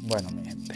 Bueno, mi gente,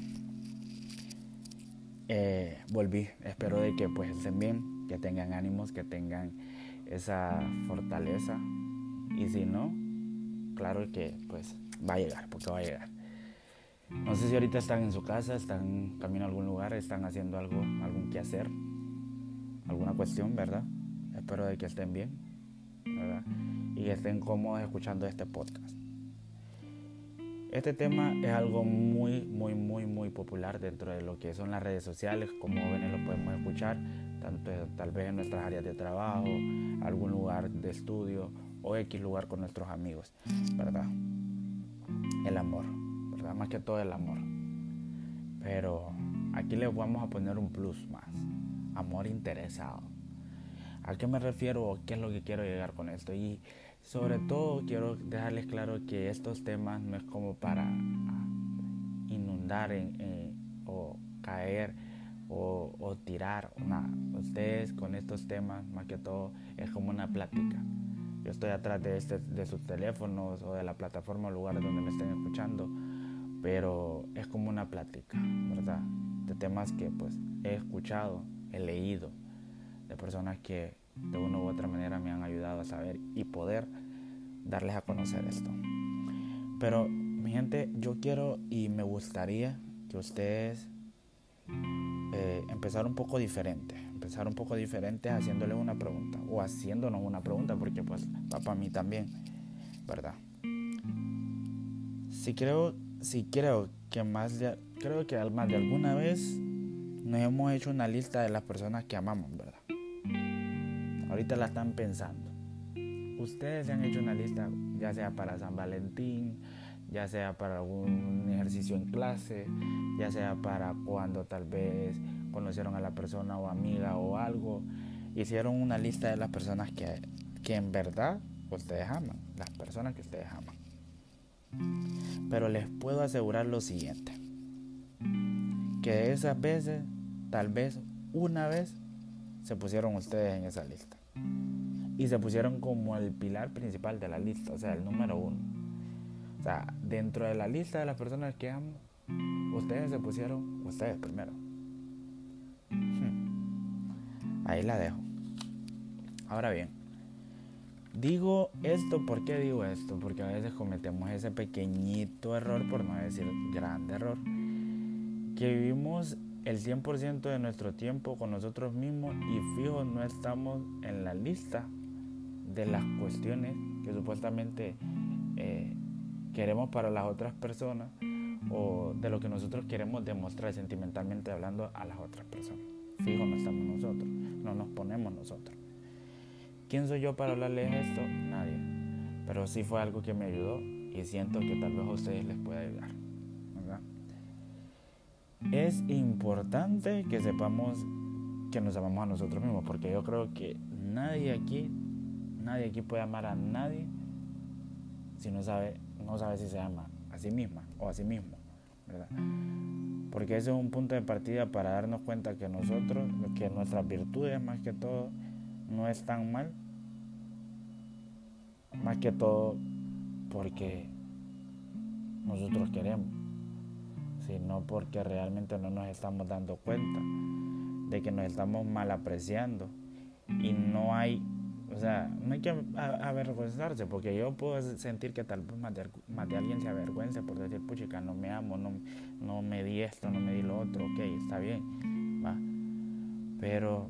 volví. Espero de que pues estén bien, que tengan ánimos, que tengan esa fortaleza. Y si no, claro que pues va a llegar, porque va a llegar. No sé si ahorita están en su casa, están camino a algún lugar, están haciendo algo, algún quehacer, alguna cuestión, ¿verdad? Espero de que estén bien, ¿verdad? Y que estén cómodos escuchando este podcast. Este tema es algo muy popular dentro de lo que son las redes sociales. Como jóvenes lo podemos escuchar, tanto tal vez en nuestras áreas de trabajo, algún lugar de estudio o X lugar con nuestros amigos, ¿verdad? El amor, ¿verdad? Más que todo el amor. Pero aquí les vamos a poner un plus más. Amor interesado. ¿A qué me refiero o qué es lo que quiero llegar con esto? Y sobre todo quiero dejarles claro que estos temas no es como para inundar o caer o tirar. Nada. Ustedes con estos temas, más que todo, es como una plática. Yo estoy atrás de sus teléfonos o de la plataforma o lugares donde me estén escuchando, pero es como una plática, ¿verdad? De temas que pues he escuchado, he leído, de personas que de una u otra manera me han ayudado a saber y poder darles a conocer esto. Pero mi gente, yo quiero y me gustaría que ustedes empezar un poco diferente haciéndoles una pregunta o haciéndonos una pregunta, porque pues va para mí también, ¿verdad? Si creo que creo que más de alguna vez nos hemos hecho una lista de las personas que amamos, ¿verdad? Ahorita la están pensando. Ustedes se han hecho una lista, ya sea para San Valentín, ya sea para algún ejercicio en clase, ya sea para cuando tal vez conocieron a la persona o amiga o algo. Hicieron una lista de las personas que en verdad ustedes aman, las personas que ustedes aman. Pero les puedo asegurar lo siguiente, que de esas veces, tal vez una vez, se pusieron ustedes en esa lista. Y se pusieron como el pilar principal de la lista, o sea, el número uno. O sea, dentro de la lista de las personas que amo, ustedes se pusieron ustedes primero. Ahí la dejo. Ahora bien, ¿por qué digo esto? Porque a veces cometemos ese pequeñito error, por no decir grande error, que vivimos el 100% de nuestro tiempo con nosotros mismos y fijo no estamos en la lista de las cuestiones que supuestamente queremos para las otras personas o de lo que nosotros queremos demostrar sentimentalmente hablando a las otras personas. Fijo no estamos nosotros, no nos ponemos nosotros. ¿Quién soy yo para hablarles esto? Nadie. Pero sí fue algo que me ayudó y siento que tal vez a ustedes les pueda ayudar, ¿verdad? Es importante que sepamos que nos amamos a nosotros mismos, porque yo creo que nadie aquí puede amar a nadie si no sabe si se ama a sí misma o a sí mismo, ¿verdad? Porque ese es un punto de partida para darnos cuenta que nuestras virtudes más que todo no están mal, más que todo porque nosotros queremos, sino porque realmente no nos estamos dando cuenta de que nos estamos mal apreciando y no hay que avergonzarse, porque yo puedo sentir que tal vez más de alguien se avergüence por decir, puchica, no me amo, no me di esto, no me di lo otro, ok, está bien, va, pero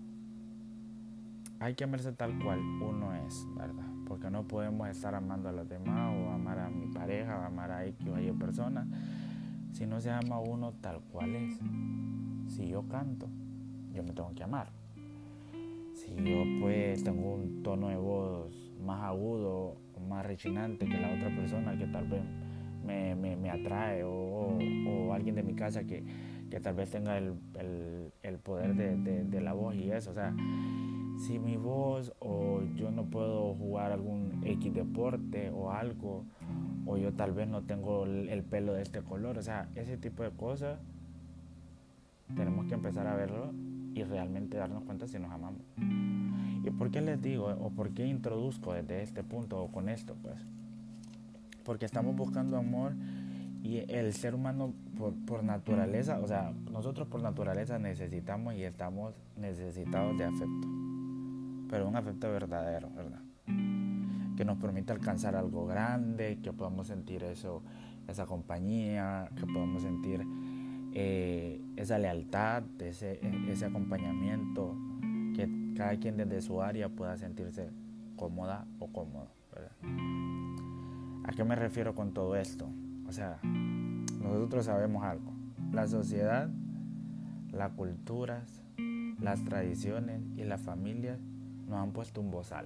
hay que amarse tal cual uno es, ¿verdad? Porque no podemos estar amando a los demás o amar a mi pareja o amar a X o Y persona si no se ama a uno tal cual es. Si yo canto, yo me tengo que amar. Si yo pues tengo un tono de voz más agudo o más rechinante que la otra persona que tal vez me atrae o alguien de mi casa que tal vez tenga el poder de la voz y eso, o sea, si mi voz o yo no puedo jugar algún X deporte o algo, o yo tal vez no tengo el pelo de este color, o sea, ese tipo de cosas tenemos que empezar a verlo y realmente darnos cuenta si nos amamos. ¿Y por qué les digo o por qué introduzco desde este punto o con esto? Pues porque estamos buscando amor Y el ser humano por naturaleza, o sea, nosotros por naturaleza necesitamos y estamos necesitados de afecto, pero un afecto verdadero, ¿verdad? Que nos permita alcanzar algo grande, que podamos sentir eso, esa compañía, que podamos sentir esa lealtad, ese acompañamiento, que cada quien desde su área pueda sentirse cómoda o cómodo, ¿verdad? ¿A qué me refiero con todo esto? O sea, nosotros sabemos algo. La sociedad, las culturas, las tradiciones y las familias nos han puesto un bozal.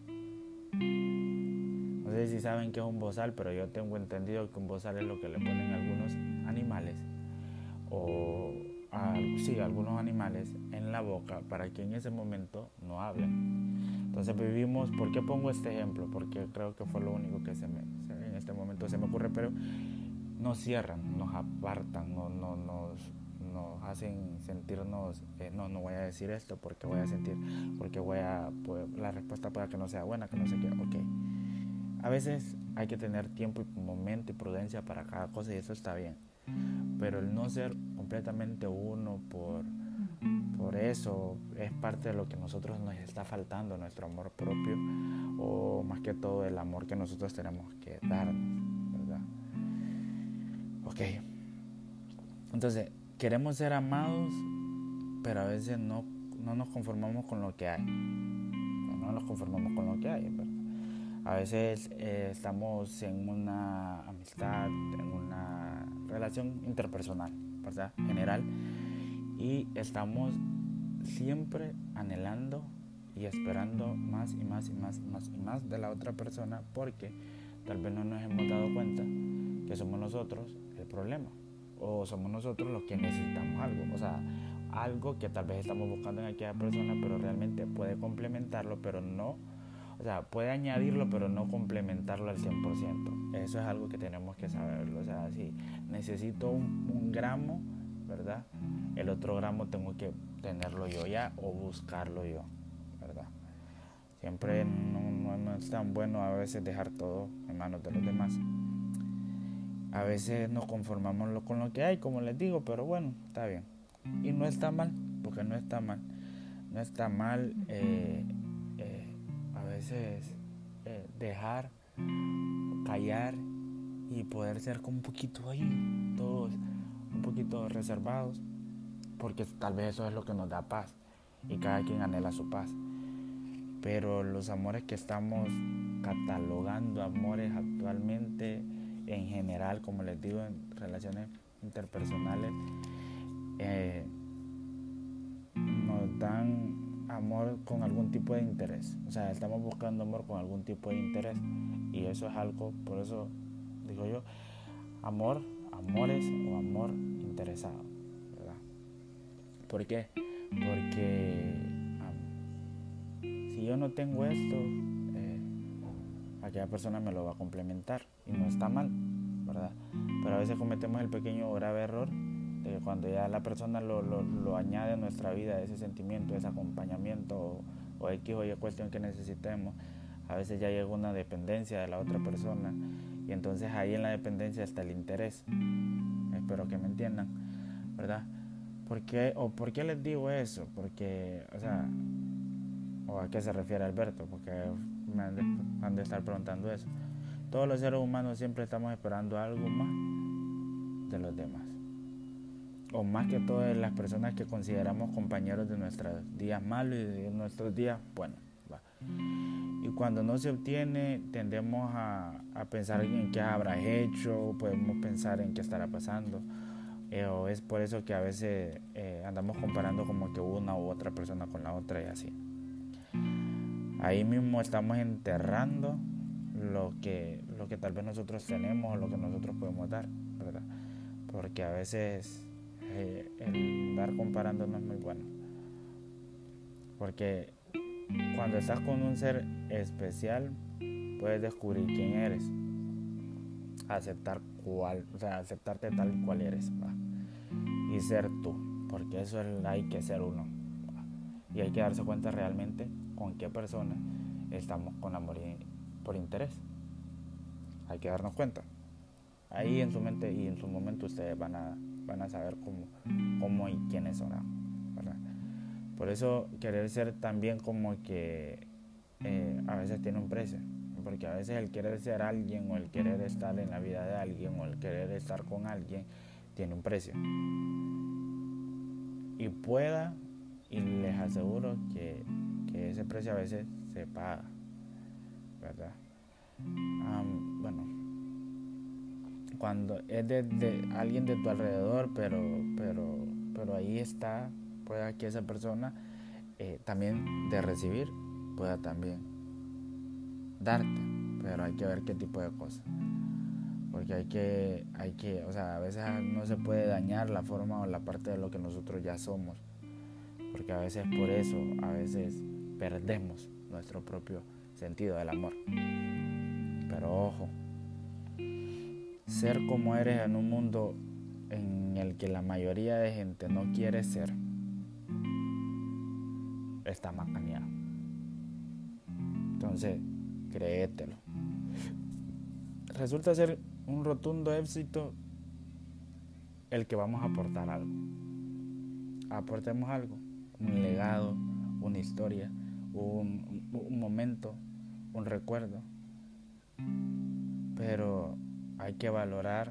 No sé si saben qué es un bozal, pero yo tengo entendido que un bozal es lo que le ponen a algunos animales o algunos animales en la boca para que en ese momento no hablen. Entonces vivimos, ¿por qué pongo este ejemplo? Porque creo que fue lo único que en este momento se me ocurre, pero nos cierran, nos apartan, nos hacen sentirnos, no voy a decir esto porque voy a sentir, porque la respuesta pueda que no sea buena, que no sé qué, ok. A veces hay que tener tiempo y momento y prudencia para cada cosa y eso está bien, pero el no ser completamente uno por eso es parte de lo que a nosotros nos está faltando, nuestro amor propio, o más que todo el amor que nosotros tenemos que darnos, ¿verdad? Ok, entonces queremos ser amados, pero a veces no nos conformamos con lo que hay, no nos conformamos con lo que hay, ¿verdad? A veces estamos en una amistad, en una relación interpersonal, ¿verdad? General, y estamos siempre anhelando y esperando más y más y más y más y más de la otra persona porque tal vez no nos hemos dado cuenta que somos nosotros el problema o somos nosotros los que necesitamos algo, o sea, algo que tal vez estamos buscando en aquella persona pero realmente puede complementarlo pero no, o sea, puede añadirlo pero no complementarlo al 100%. Eso es algo que tenemos que saberlo, o sea, si necesito un gramo, ¿verdad? El otro gramo tengo que tenerlo yo ya o buscarlo yo, ¿verdad? Siempre no es tan bueno a veces dejar todo en manos de los demás. A veces nos conformamos con lo que hay, como les digo, pero bueno, está bien. Y no está mal, porque no está mal. No está mal a veces dejar, callar y poder ser como un poquito ahí, todos un poquito reservados, porque tal vez eso es lo que nos da paz y cada quien anhela su paz. Pero los amores que estamos catalogando, amores actualmente en general, como les digo, en relaciones interpersonales, nos dan amor con algún tipo de interés. O sea, estamos buscando amor con algún tipo de interés y eso es algo, por eso digo yo, amores o amor interesado, ¿verdad? ¿Por qué? Porque si yo no tengo esto, aquella persona me lo va a complementar y no está mal, ¿verdad? Pero a veces cometemos el pequeño o grave error de que cuando ya la persona lo añade a nuestra vida, ese sentimiento, ese acompañamiento o X o Y cuestión que necesitemos, a veces ya llega una dependencia de la otra persona y entonces ahí en la dependencia está el interés. Espero que me entiendan, ¿verdad? ¿Por qué les digo eso? Porque, o sea, ¿o a qué se refiere Alberto? Porque me han de estar preguntando eso. Todos los seres humanos siempre estamos esperando algo más de los demás. O más que todas las personas que consideramos compañeros de nuestros días malos y de nuestros días buenos. Y cuando no se obtiene, tendemos a pensar en qué habrás hecho, podemos pensar en qué estará pasando. O es por eso que a veces andamos comparando como que una u otra persona con la otra y así. Ahí mismo estamos enterrando lo que tal vez nosotros tenemos o lo que nosotros podemos dar, ¿verdad? Porque a veces el dar comparando no es muy bueno. Porque cuando estás con un ser especial, puedes descubrir quién eres, aceptarte tal cual eres, ¿va? Y ser tú, porque eso hay que ser uno, ¿va? Y hay que darse cuenta realmente con qué persona estamos con amor por interés. Hay que darnos cuenta. ahí en su mente y en su momento ustedes van a saber cómo y quiénes son, ¿verdad? Por eso querer ser también como que a veces tiene un precio, porque a veces el querer ser alguien o el querer estar en la vida de alguien o el querer estar con alguien tiene un precio. Y y les aseguro que ese precio a veces se paga, ¿verdad? Bueno, cuando es de alguien de tu alrededor, pero ahí está, pueda que esa persona también de recibir pueda también darte, pero hay que ver qué tipo de cosas, porque o sea, a veces no se puede dañar la forma o la parte de lo que nosotros ya somos, porque a veces por eso, a veces perdemos nuestro propio sentido del amor. Pero ojo, ser como eres en un mundo en el que la mayoría de gente no quiere ser, está macaneado. Entonces, créetelo. Resulta ser un rotundo éxito el que vamos a aportar algo. Aportemos algo, un legado, una historia, un momento, un recuerdo. Pero hay que valorar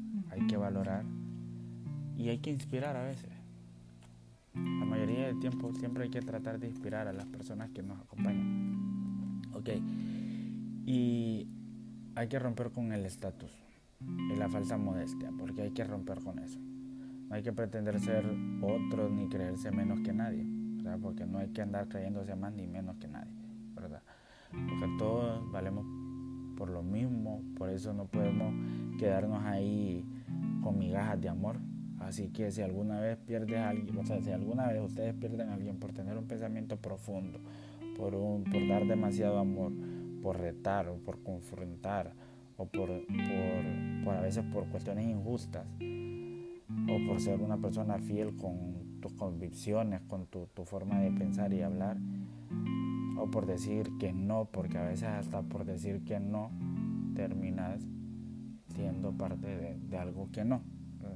y hay que inspirar a veces. La mayoría del tiempo siempre hay que tratar de inspirar a las personas que nos acompañan. Ok, y hay que romper con el estatus y la falsa modestia, porque hay que romper con eso. No hay que pretender ser otro ni creerse menos que nadie, ¿verdad? Porque no hay que andar creyéndose más ni menos que nadie, ¿verdad? Porque todos valemos por lo mismo, por eso no podemos quedarnos ahí con migajas de amor. Así que si alguna vez pierdes a alguien, o sea, si alguna vez ustedes pierden a alguien por tener un pensamiento profundo, por dar demasiado amor, por retar o por confrontar, o por a veces por cuestiones injustas, o por ser una persona fiel con tus convicciones, con tu forma de pensar y hablar, o por decir que no, porque a veces hasta por decir que no terminas siendo parte de algo que no.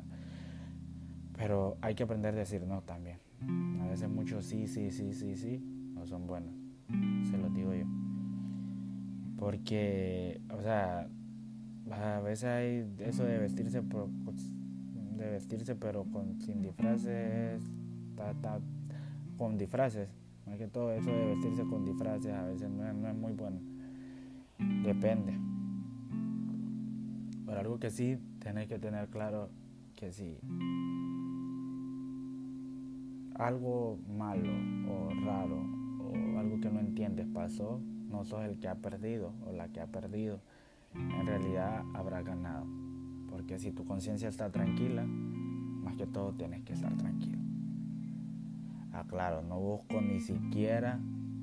Pero hay que aprender a decir no también. A veces muchos sí no son buenos, se los digo yo. Porque, o sea, a veces hay eso de vestirse pero sin disfraces, con disfraces. Más que todo eso de vestirse con disfraces a veces no es muy bueno. Depende. Pero algo que sí tenés que tener claro, que si algo malo o raro o algo que no entiendes pasó, no sos el que ha perdido o la que ha perdido. En realidad habrá ganado. Porque si tu conciencia está tranquila, más que todo tienes que estar tranquilo. Claro, no busco ni siquiera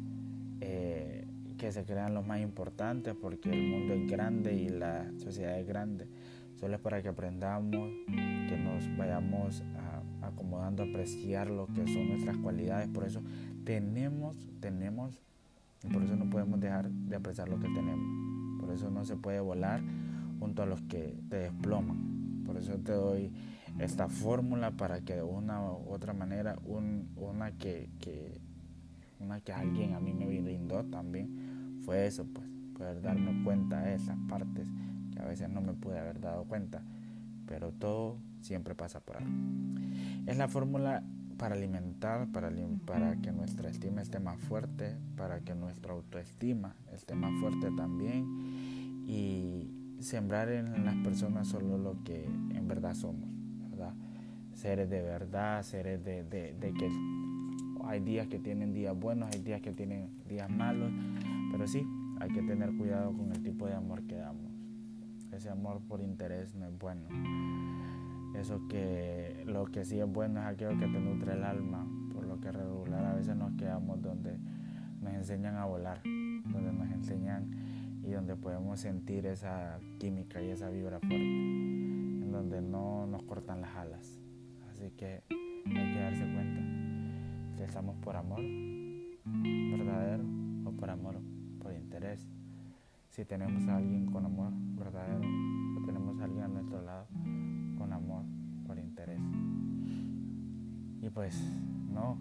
que se crean los más importantes, porque el mundo es grande y la sociedad es grande. Solo es para que aprendamos, que nos vayamos acomodando a apreciar lo que son nuestras cualidades. Por eso tenemos, y por eso no podemos dejar de apreciar lo que tenemos. Por eso no se puede volar junto a los que te desploman. Por eso te doy esta fórmula para que de una u otra manera, una que alguien a mí me brindó también, fue eso, pues, poder darme cuenta de esas partes que a veces no me pude haber dado cuenta, pero todo siempre pasa por algo. Es la fórmula para alimentar, para que nuestra estima esté más fuerte, para que nuestra autoestima esté más fuerte también, y sembrar en las personas solo lo que en verdad somos, ¿verdad? Seres de verdad, seres de que hay días que tienen días buenos, hay días que tienen días malos, pero sí, hay que tener cuidado con el tipo de amor que damos. Ese amor por interés no es bueno. Eso que lo que sí es bueno es aquello que te nutre el alma, por lo que regular a veces nos quedamos donde nos enseñan a volar, donde nos enseñan y donde podemos sentir esa química y esa vibra fuerte, en donde no nos cortan las alas. Así que hay que darse cuenta si estamos por amor verdadero o por amor por interés. Si tenemos a alguien con amor verdadero o tenemos alguien a nuestro lado con amor, por interés. Y pues, no,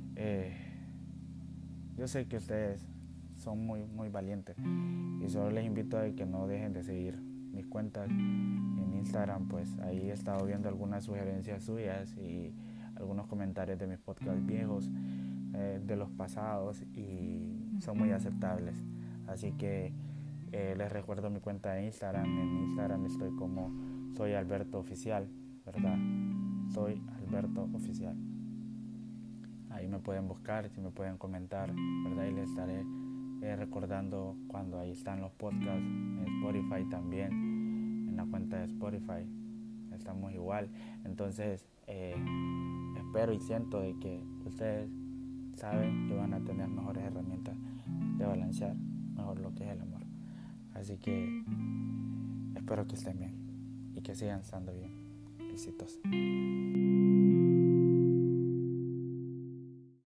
yo sé que ustedes son muy valientes y solo les invito a que no dejen de seguir mis cuentas en Instagram. Pues ahí he estado viendo algunas sugerencias suyas y algunos comentarios de mis podcasts viejos, de los pasados, y son muy aceptables. Así que les recuerdo mi cuenta de Instagram. En Instagram estoy como Soy Alberto Oficial, ¿verdad? Soy Alberto Oficial. Ahí me pueden buscar, si me pueden comentar, ¿verdad? Y les estaré recordando cuando ahí están los podcasts. En Spotify también, en la cuenta de Spotify estamos igual. Entonces espero y siento de que ustedes saben que van a tener mejores herramientas de balancear mejor lo que es el amor. Así que espero que estén bien y que sigan estando bien. Besitos.